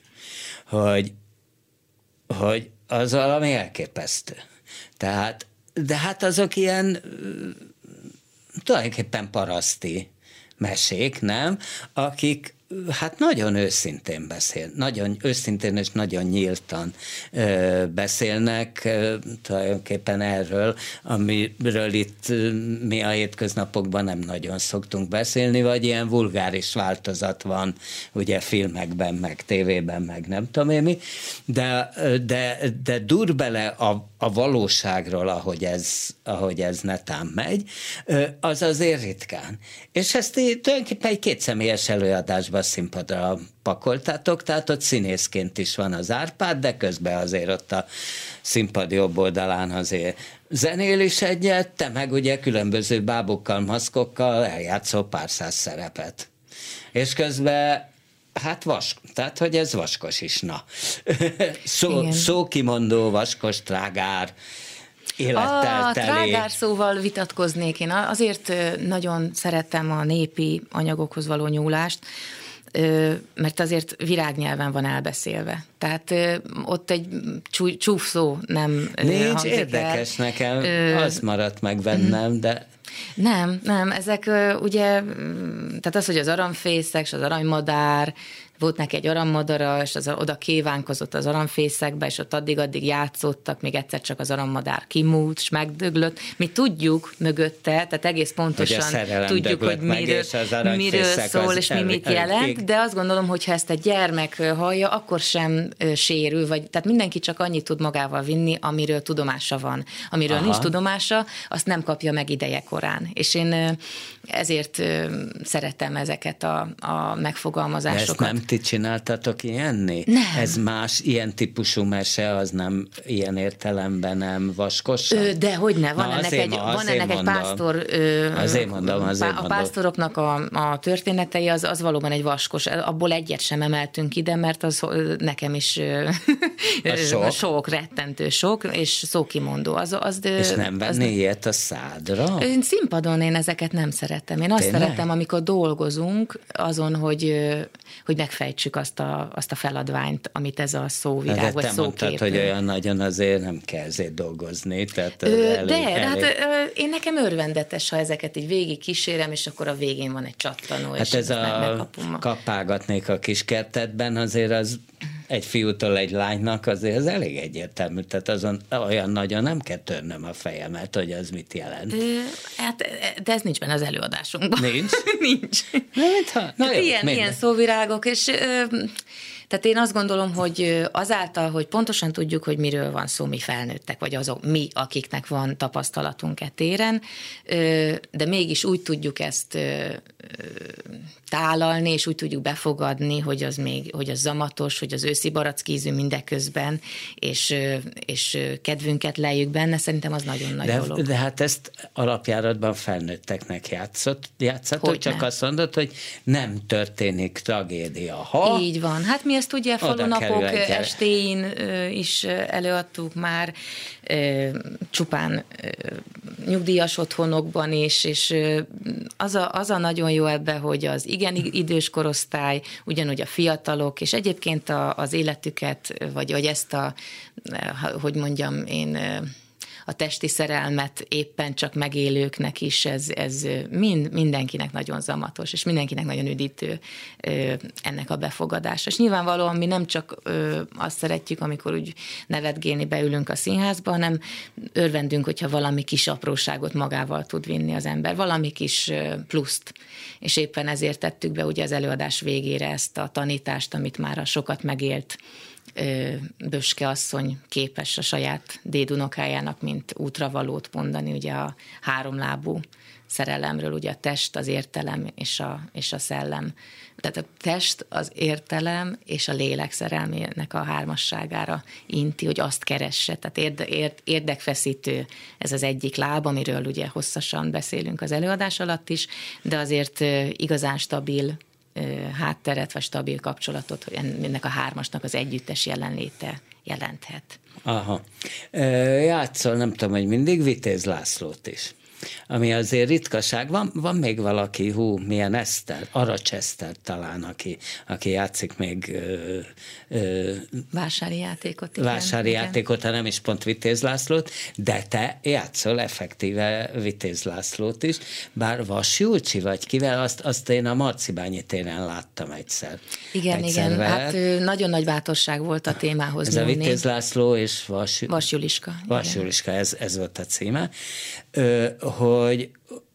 hogy, hogy az valami elképesztő. Tehát, de hát azok ilyen tulajdonképpen paraszti mesék, nem? Akik hát nagyon őszintén beszél, nagyon őszintén és nagyon nyíltan ö, beszélnek ö, tulajdonképpen erről, amiről itt ö, mi a hétköznapokban nem nagyon szoktunk beszélni, vagy ilyen vulgáris változat van, ugye filmekben, meg tévében, meg nem tudom én mi, de, de, de dur bele a, a valóságról, ahogy ez, ahogy ez netán megy, ö, az azért ritkán. És ezt tulajdonképpen egy kétszemélyes előadásban színpadra pakoltátok, tehát ott színészként is van az Árpád, de közben azért ott a színpad jobb oldalán azért zenél is egyet, te meg ugye különböző bábukkal, maszkokkal eljátszol pár száz szerepet. És közben hát vask, tehát hogy ez vaskos is, na. Szó, szókimondó, vaskos, trágár, élettel a teli. trágár szóval vitatkoznék. Én azért nagyon szerettem a népi anyagokhoz való nyúlást, mert azért virágnyelven van elbeszélve. Tehát ott egy csúf szó nem Nincs, hangzik érdekes el. nekem, Ö... az maradt meg bennem, de... Nem, nem, ezek ugye, tehát az, hogy az aramfészek és az aranymadár, volt neki egy arammadara, és az, oda kívánkozott az aramfészekbe, és ott addig-addig játszottak, még egyszer csak az arammadár kimúlt, és megdöglött. Mi tudjuk mögötte, tehát egész pontosan hogy tudjuk, hogy miről, miről szól, és mi mit jelent, de azt gondolom, hogy ha ezt egy gyermek hallja, akkor sem sérül, vagy, tehát mindenki csak annyit tud magával vinni, amiről tudomása van. Amiről Aha. nincs tudomása, azt nem kapja meg ideje korán. És én ezért szeretem ezeket a, a megfogalmazásokat. De ezt nem ti csináltatok ilyenni? Nem. Ez más, ilyen típusú mese, az nem ilyen értelemben nem vaskosabb? De hogy ne, van Na, ennek, egy, ma, van ennek egy pásztor, azért mondom, azért a pásztoroknak a, a történetei, az, az valóban egy vaskos. Abból egyet sem emeltünk ide, mert az nekem is sok. sok, rettentő sok, és szókimondó. Az, az, és nem venni ilyet a szádra? Én színpadon én ezeket nem szeretem. Én azt Tényleg? szeretem, amikor dolgozunk azon, hogy, hogy megfejtsük azt a, azt a feladványt, amit ez a szóvirág, de vagy te szókép. mondtad, hogy olyan nagyon azért nem kell ezért dolgozni. Tehát Ö, elég, de, elég... hát ö, én nekem örvendetes, ha ezeket így végig kísérem, és akkor a végén van egy csattanó, hát és ez a kapálgatnék a kiskertetben, azért az egy fiútól egy lánynak azért az elég egyértelmű, tehát azon olyan nagyon nem kell törnöm a fejemet, hogy az mit jelent. Ö, hát, de ez nincs benne az előadásunkban. Nincs? Nincs. Na, mintha, na jó, ilyen, ilyen szóvirágok, és ö, tehát én azt gondolom, hogy azáltal, hogy pontosan tudjuk, hogy miről van szó, mi felnőttek, vagy azok mi, akiknek van tapasztalatunk e téren, de mégis úgy tudjuk ezt tálalni, és úgy tudjuk befogadni, hogy az még, hogy az zamatos, hogy az őszi barackízű mindeközben, és, és kedvünket lejjük benne, szerintem az nagyon nagy de, dolog. De hát ezt alapjáratban felnőtteknek játszott, játszott, hogy csak nem. azt mondod, hogy nem történik tragédia. Ha így van. Hát mi ezt ugye falunapok estéin is előadtuk már, csupán nyugdíjas otthonokban is, és az a, az a nagyon jó ebbe, hogy az igen idős korosztály, ugyanúgy a fiatalok, és egyébként a, az életüket, vagy, vagy ezt a, hogy mondjam én, a testi szerelmet éppen csak megélőknek is ez, ez mind, mindenkinek nagyon zamatos, és mindenkinek nagyon üdítő ennek a befogadása. És nyilvánvalóan mi nem csak azt szeretjük, amikor úgy nevetgélni beülünk a színházba, hanem örvendünk, hogyha valami kis apróságot magával tud vinni az ember, valami kis pluszt. És éppen ezért tettük be ugye az előadás végére ezt a tanítást, amit már a sokat megélt Böske asszony képes a saját dédunokájának, mint útravalót mondani, ugye a háromlábú szerelemről, ugye a test, az értelem és a, és a szellem. Tehát a test, az értelem és a lélek szerelmének a hármasságára inti, hogy azt keresse. Tehát érde, érd, érdekfeszítő ez az egyik láb, amiről ugye hosszasan beszélünk az előadás alatt is, de azért igazán stabil hátteret, vagy stabil kapcsolatot, hogy ennek a hármasnak az együttes jelenléte jelenthet. Aha. Játszol, nem tudom, hogy mindig Vitéz Lászlót is, ami azért ritkaság. Van, van még valaki, hú, milyen Eszter, Aracs Eszter talán, aki, aki játszik még ö, ö, vásári játékot. Igen, vásári igen. játékot, ha nem is pont Vitéz Lászlót, de te játszol effektíve Vitéz Lászlót is, bár Vas Julcsi vagy kivel, azt, azt én a Marcibányi téren láttam egyszer. Igen, egyszer igen, veled. Hát nagyon nagy bátorság volt a témához ez nyúlni. A Vitéz László és Vas, Vas Juliska. Vas Juliska, ez, ez volt a címe. Ö, hogy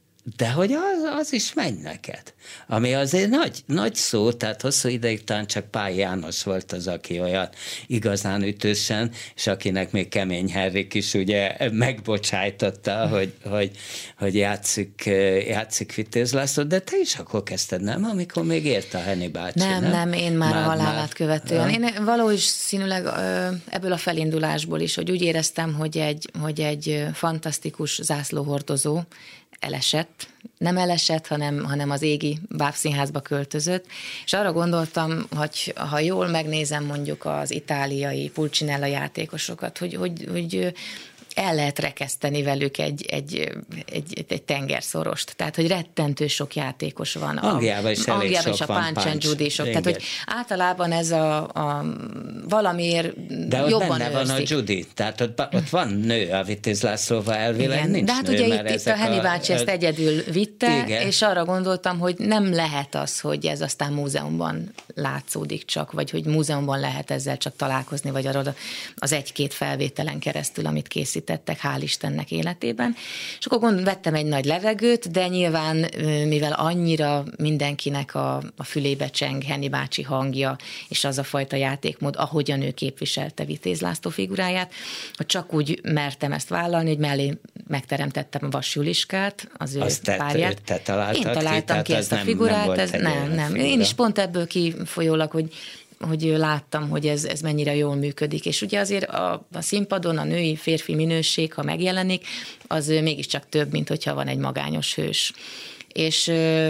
de hogy az, az is megy neked. Ami azért nagy, nagy szó, tehát hosszú ideig talán csak Pál János volt az, aki olyan igazán ütősen, és akinek még Kemény Henrik is ugye megbocsájtotta, hogy, hogy, hogy játszik, játszik Vitéz László, de te is akkor kezdted, nem? Amikor még élt a Henny bácsi, nem? Nem, nem, én már, már a halálát már, követően. Én valahogy színűleg ebből a felindulásból is, hogy úgy éreztem, hogy egy, hogy egy fantasztikus zászlóhordozó elesett, nem elesett, hanem, hanem az égi bábszínházba költözött, és arra gondoltam, hogy ha jól megnézem mondjuk az itáliai Pulcinella játékosokat, hogy, hogy, hogy el lehet rekeszteni velük egy, egy, egy, egy tengerszorost. Tehát, hogy rettentő sok játékos van. Angliában is elég Angliában sok is a van Punch and Judy-sok. Tehát, hogy általában ez a, a valamiért de ott jobban benne őrzik. Van a Judy, tehát ott, ott van nő a Vitéz Lászlóval elvileg, igen, nincs de hát nő, ugye itt, itt a Henny a, bácsi a, ezt egyedül vitte, igen. És arra gondoltam, hogy nem lehet az, hogy ez aztán múzeumban látszódik csak, vagy hogy múzeumban lehet ezzel csak találkozni, vagy arra az egy-két felvételen keresztül, amit készítettek, hál' Istennek életében. És akkor gond, vettem egy nagy levegőt, de nyilván, mivel annyira mindenkinek a, a fülébe cseng Henny bácsi hangja, és az a fajta játékmód, ahogyan ő képviselte Vitéz László figuráját, hogy csak úgy mertem ezt vállalni, hogy mellé megteremtettem a Vas Juliskát, az ő azt párját. Te, te találtad Én találtam ki, ki ezt a nem, figurát, nem ez nem, nem. figura. Én is pont ebből kifolyólag, hogy hogy láttam, hogy ez, ez mennyire jól működik. És ugye azért a, a színpadon a női férfi minőség, ha megjelenik, az mégiscsak több, mint hogyha van egy magányos hős. És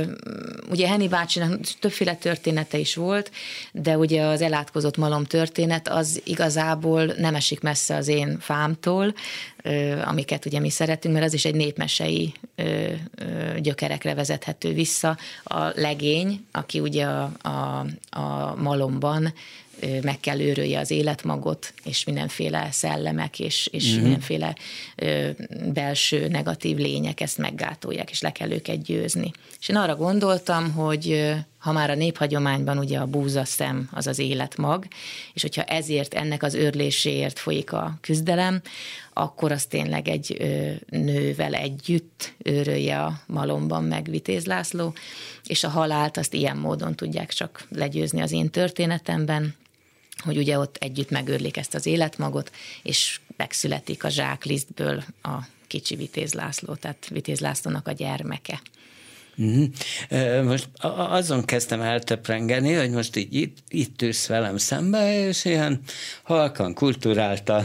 ugye Henny bácsinak többféle története is volt, de ugye az elátkozott malom történet az igazából nem esik messze az én fámtól, amiket ugye mi szeretünk, mert az is egy népmesei gyökerekre vezethető vissza. A legény, aki ugye a, a, a malomban meg kell őrölje az életmagot, és mindenféle szellemek, és, és mm-hmm. mindenféle ö, belső negatív lények ezt meggátolják, és le kell őket győzni. És én arra gondoltam, hogy ha már a néphagyományban ugye a búzaszem az az életmag, és hogyha ezért, ennek az őrléséért folyik a küzdelem, akkor az tényleg egy ö, nővel együtt őrölje a malomban meg Vitéz László, és a halált azt ilyen módon tudják csak legyőzni az én történetemben, hogy ugye ott együtt megőrlik ezt az életmagot, és megszületik a zsáklisztből a kicsi Vitéz László, tehát Vitéz Lászlónak a gyermeke. Uh-huh. Most azon kezdtem eltöprengeni, hogy most így itt, itt ülsz velem szembe, és ilyen halkan, kulturáltan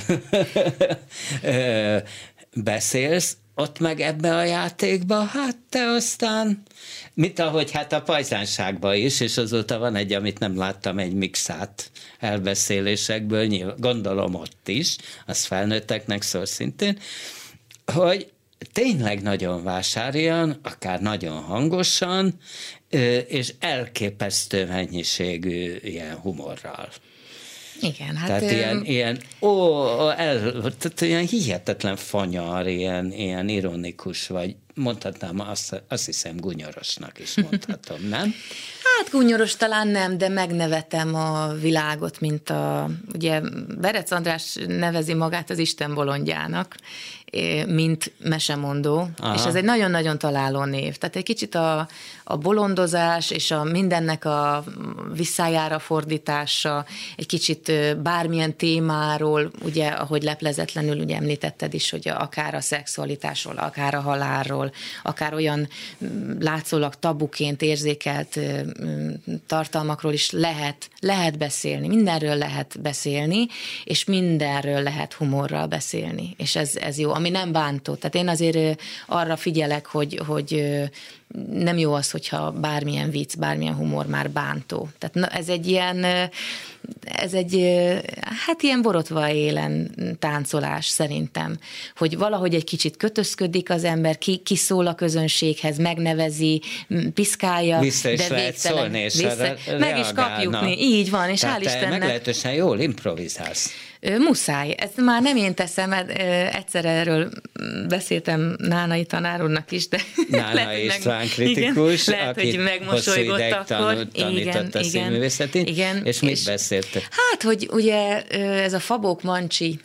beszélsz, ott meg ebbe a játékba, hát te aztán, mint ahogy hát a pajzánságban is, és azóta van egy, amit nem láttam, egy mixát elbeszélésekből, nyilván, gondolom ott is, az felnőtteknek szól szintén, hogy tényleg nagyon vásárian, akár nagyon hangosan, és elképesztő mennyiségű ilyen humorral. Igen, hát... Tehát ö... ilyen, ilyen, ó, el, tehát ilyen hihetetlen fanyar, ilyen, ilyen ironikus, vagy mondhatnám, azt, azt hiszem gunyorosnak is mondhatom, nem? Hát gunyoros talán nem, de megnevetem a világot, mint a... Ugye Berec András nevezi magát az Isten bolondjának, mint mesemondó, aha, és ez egy nagyon-nagyon találó név. Tehát egy kicsit a, a bolondozás és a mindennek a visszájára fordítása, egy kicsit bármilyen témáról, ugye, ahogy leplezetlenül ugye említetted is, hogy akár a szexualitásról, akár a halálról, akár olyan látszólag tabuként érzékelt tartalmakról is lehet, lehet beszélni, mindenről lehet beszélni, és mindenről lehet humorral beszélni, és ez, ez jó, ami nem bántó. Tehát én azért arra figyelek, hogy, hogy nem jó az, hogyha bármilyen vicc, bármilyen humor már bántó. Tehát na, ez egy ilyen, ez egy, hát ilyen borotva élen táncolás szerintem, hogy valahogy egy kicsit kötözködik az ember, ki, ki szól a közönséghez, megnevezi, piszkálja, vissza is de lehet szólni, és vissza, meg is kapjuk, így van, és tehát hál' Istennek. meglehetősen jól improvizálsz. Muszáj. Ezt már nem én teszem, mert egyszer erről beszéltem Nánai tanár úrnak is, de Nánai István kritikus, igen, lehet, aki hogy megmosolygott akkor. Tanította a színművészetét, igen, és mit és beszéltek? Hát, hogy ugye ez a Fabók Mancsi,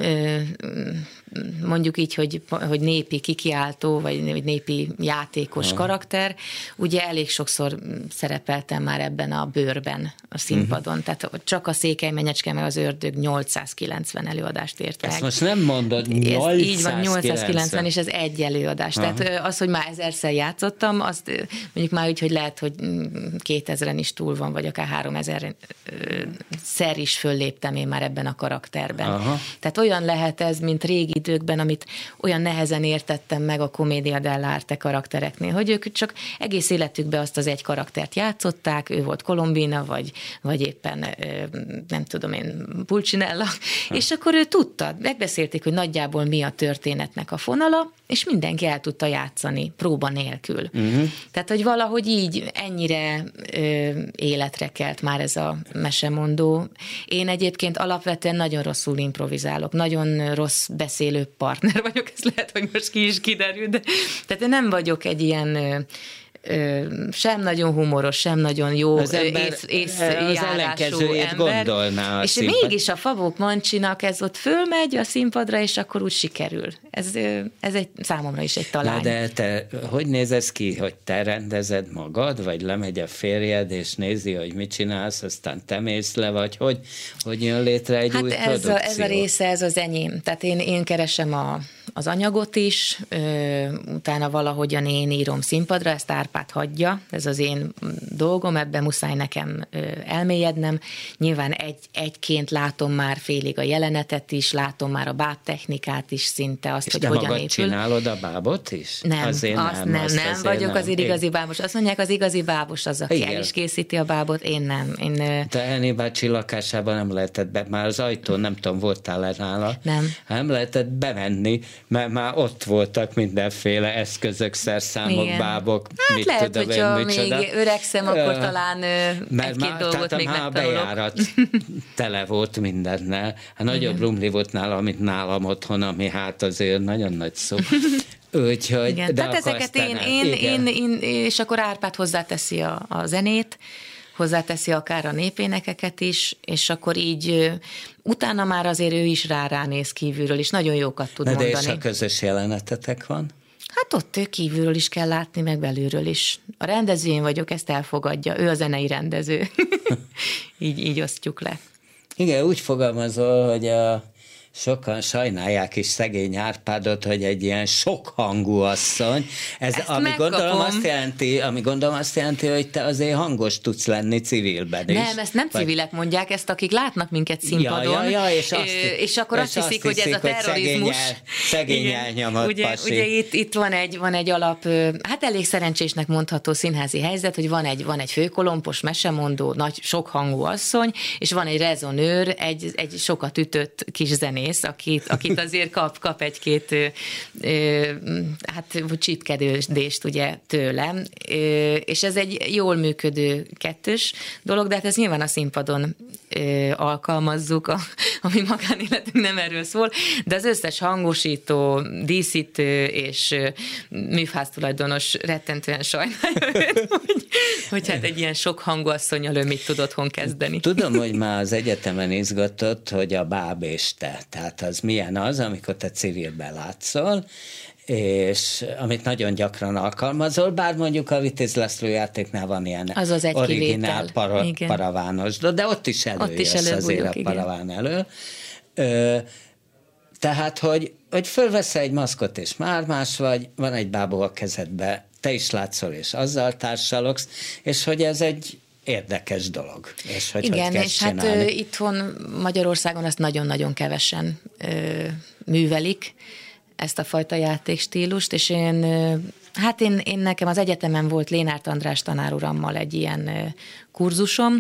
mondjuk így, hogy, hogy népi kikiáltó, vagy népi játékos ha. karakter, ugye elég sokszor szerepeltem már ebben a bőrben a színpadon, uh-huh. tehát csak a Székely Menyecske meg az Ördög nyolcszázkilencven előadást ért meg. Ezt most nem mondod, nyolcszázkilencven. Így van, nyolcszázkilencven, és ez egy előadás. Uh-huh. Tehát az, hogy már ezerszer játszottam, azt mondjuk már úgy, hogy lehet, hogy kétezren is túl van, vagy akár háromezer szer is fölléptem én már ebben a karakterben. Uh-huh. Tehát olyan lehet ez, mint régi időkben, amit olyan nehezen értettem meg a Commedia dell'arte karaktereknél, hogy ők csak egész életükben azt az egy karaktert játszották, ő volt Colombina, vagy, vagy éppen nem tudom én, Pulcinella, ha. és akkor ő tudta, megbeszélték, hogy nagyjából mi a történetnek a fonala, és mindenki el tudta játszani próba nélkül. Uh-huh. Tehát, hogy valahogy így ennyire ö, életre kelt már ez a mesemondó. Én egyébként alapvetően nagyon rosszul improvizálok, nagyon rossz beszélő partner vagyok, ez lehet, hogy most ki is kiderül, de tehát én nem vagyok egy ilyen ö, ö, sem nagyon humoros, sem nagyon jó az ember, ész, észjárású ember. Gondolná a és színpad. Mégis a Fabók Mancsinak ez ott fölmegy a színpadra, és akkor úgy sikerül. Ez, ez egy, számomra is egy talány. Na de te, hogy néz ez ki, hogy te rendezed magad, vagy lemegy a férjed, és nézi, hogy mit csinálsz, aztán te mész le, vagy hogy, hogy jön létre egy hát új ez produkció? A, ez a része, ez az enyém. Tehát én, én keresem a, az anyagot is, ö, utána valahogyan én írom színpadra, ezt Árpád hagyja, ez az én dolgom, ebben muszáj nekem ö, elmélyednem. Nyilván egy, egyként látom már félig a jelenetet is, látom már a bábtechnikát is szinte, azt, és hogy de hogyan magad épül. csinálod a bábot is? Nem, azért azt nem, nem, azt nem azért vagyok nem. az igazi bábos. Azt mondják, az igazi bábos az, aki igen. el is készíti a bábot, én nem. Én, te Elné bácsi lakásában nem lehetett be, már az ajtón, nem tudom, voltál-e nála? Nem. Nem lehetett bemenni, mert már ott voltak mindenféle eszközök, szerszámok, igen. bábok, hát mit lehet, tudom hogyha én, micsoda. még öregszem, akkor talán egy-két dolgot még megtanulok. bejárat tele volt mindennel. Hát nagyobb rumli volt nála, mint nálam otthon, ami hát azért nagyon nagy szó. Úgyhogy, igen, de tehát ezeket én, én, én, én, és akkor Árpád hozzáteszi a, a zenét, hozzáteszi akár a népénekeket is, és akkor így utána már azért ő is rá néz kívülről, és nagyon jókat tud na mondani. De és a közös jelenetetek van? Hát ott ő kívülről is kell látni, meg belülről is. A rendező én vagyok, ezt elfogadja. Ő a zenei rendező. így, így osztjuk le. Igen, úgy fogalmazol, hogy a sokan sajnálják is szegény Árpádot, hogy egy ilyen sokhangú asszony. Ez, Ezt ami megkapom. gondolom azt jelenti, ami gondolom azt jelenti, hogy te azért hangos tudsz lenni civilben is. Nem, ezt nem Vagy... civilek mondják, ezt akik látnak minket színpadon, ja, ja, ja, és, azt, és akkor és azt hiszik, azt hogy ez a terrorizmus. Szegény elnyomott ugye, pasi. ugye itt, itt van, egy, van egy alap, hát elég szerencsésnek mondható színházi helyzet, hogy van egy, van egy főkolompos, mesemondó, nagy, sokhangú asszony, és van egy rezonőr, egy, egy sokat ütött kis zenész, akit, akit azért kap, kap egy-két ö, ö, hát csipkedődést ugye tőlem, ö, és ez egy jól működő kettős dolog, de hát ez nyilván a színpadon ö, alkalmazzuk, a, a mi magánéletünk nem erről szól, de az összes hangosító, díszítő és műfháztulajdonos rettentően sajnálja őt, hogy, hogy hát egy ilyen sok hangú asszonnyal ő mit tud otthon kezdeni. Tudom, hogy már az egyetemen izgatott, hogy a báb és te. Tehát az milyen az, amikor te civilben látszol, és amit nagyon gyakran alkalmazol, bár mondjuk a Vitéz László játéknál van ilyen az az egy originál para, paravános, de ott is előjössz ott is azért a paraván elő. Ö, tehát, hogy, hogy fölvesz egy maszkot, és már más vagy, van egy bábó a kezedbe, te is látszol, és azzal társalogsz, és hogy ez egy érdekes dolog. És hogy igen, hogy és hát ö, itthon Magyarországon azt nagyon-nagyon kevesen ö, művelik, ezt a fajta játékstílust, és én, ö, hát én, én nekem az egyetemen volt Lénárt András tanárurammal egy ilyen ö, kurzusom,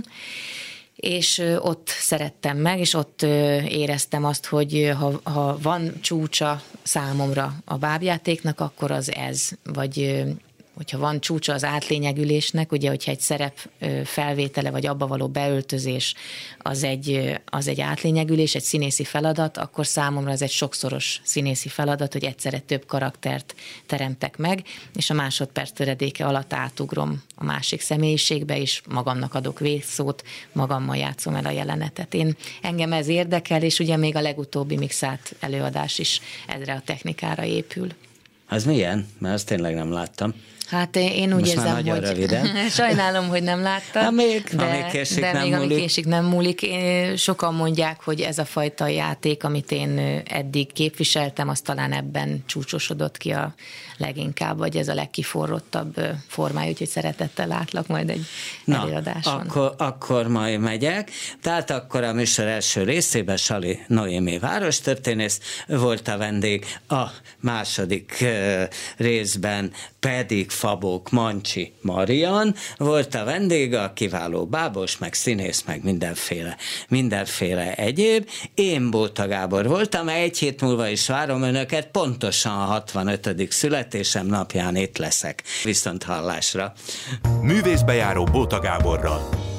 és ö, ott szerettem meg, és ott ö, éreztem azt, hogy ha, ha van csúcsa számomra a bábjátéknak, akkor az ez, vagy ö, hogyha van csúcsa az átlényegülésnek, ugye, hogyha egy szerep felvétele, vagy abba való beöltözés, az egy, az egy átlényegülés, egy színészi feladat, akkor számomra ez egy sokszoros színészi feladat, hogy egyszerre több karaktert teremtek meg, és a másodperc töredéke alatt átugrom a másik személyiségbe, és magamnak adok végszót, magammal játszom el a jelenetet. Én, engem ez érdekel, és ugye még a legutóbbi mixált előadás is ezre a technikára épül. Az milyen? Mert azt tényleg nem láttam. Hát én úgy most érzem, hogy röviden. sajnálom, hogy nem láttam. Ha még, de, ha még késik, de nem még múlik. ami késik nem múlik. Én, sokan mondják, hogy ez a fajta játék, amit én eddig képviseltem, az talán ebben csúcsosodott ki a leginkább, vagy ez a legkiforrottabb formája, úgyhogy szeretettel látlak majd egy Na, előadáson. Akkor, akkor majd megyek. Tehát akkor a műsor első részében Sali Noémi várostörténész volt a vendég, a második uh, részben pedig Fabók Mancsi Marian volt a vendég, a kiváló bábos, meg színész, meg mindenféle, mindenféle egyéb. Én Bóta Gábor voltam, egy hét múlva is várom önöket, pontosan a hatvanötödik születésem napján itt leszek. Viszont hallásra. Művészbejáró Bóta Gáborral.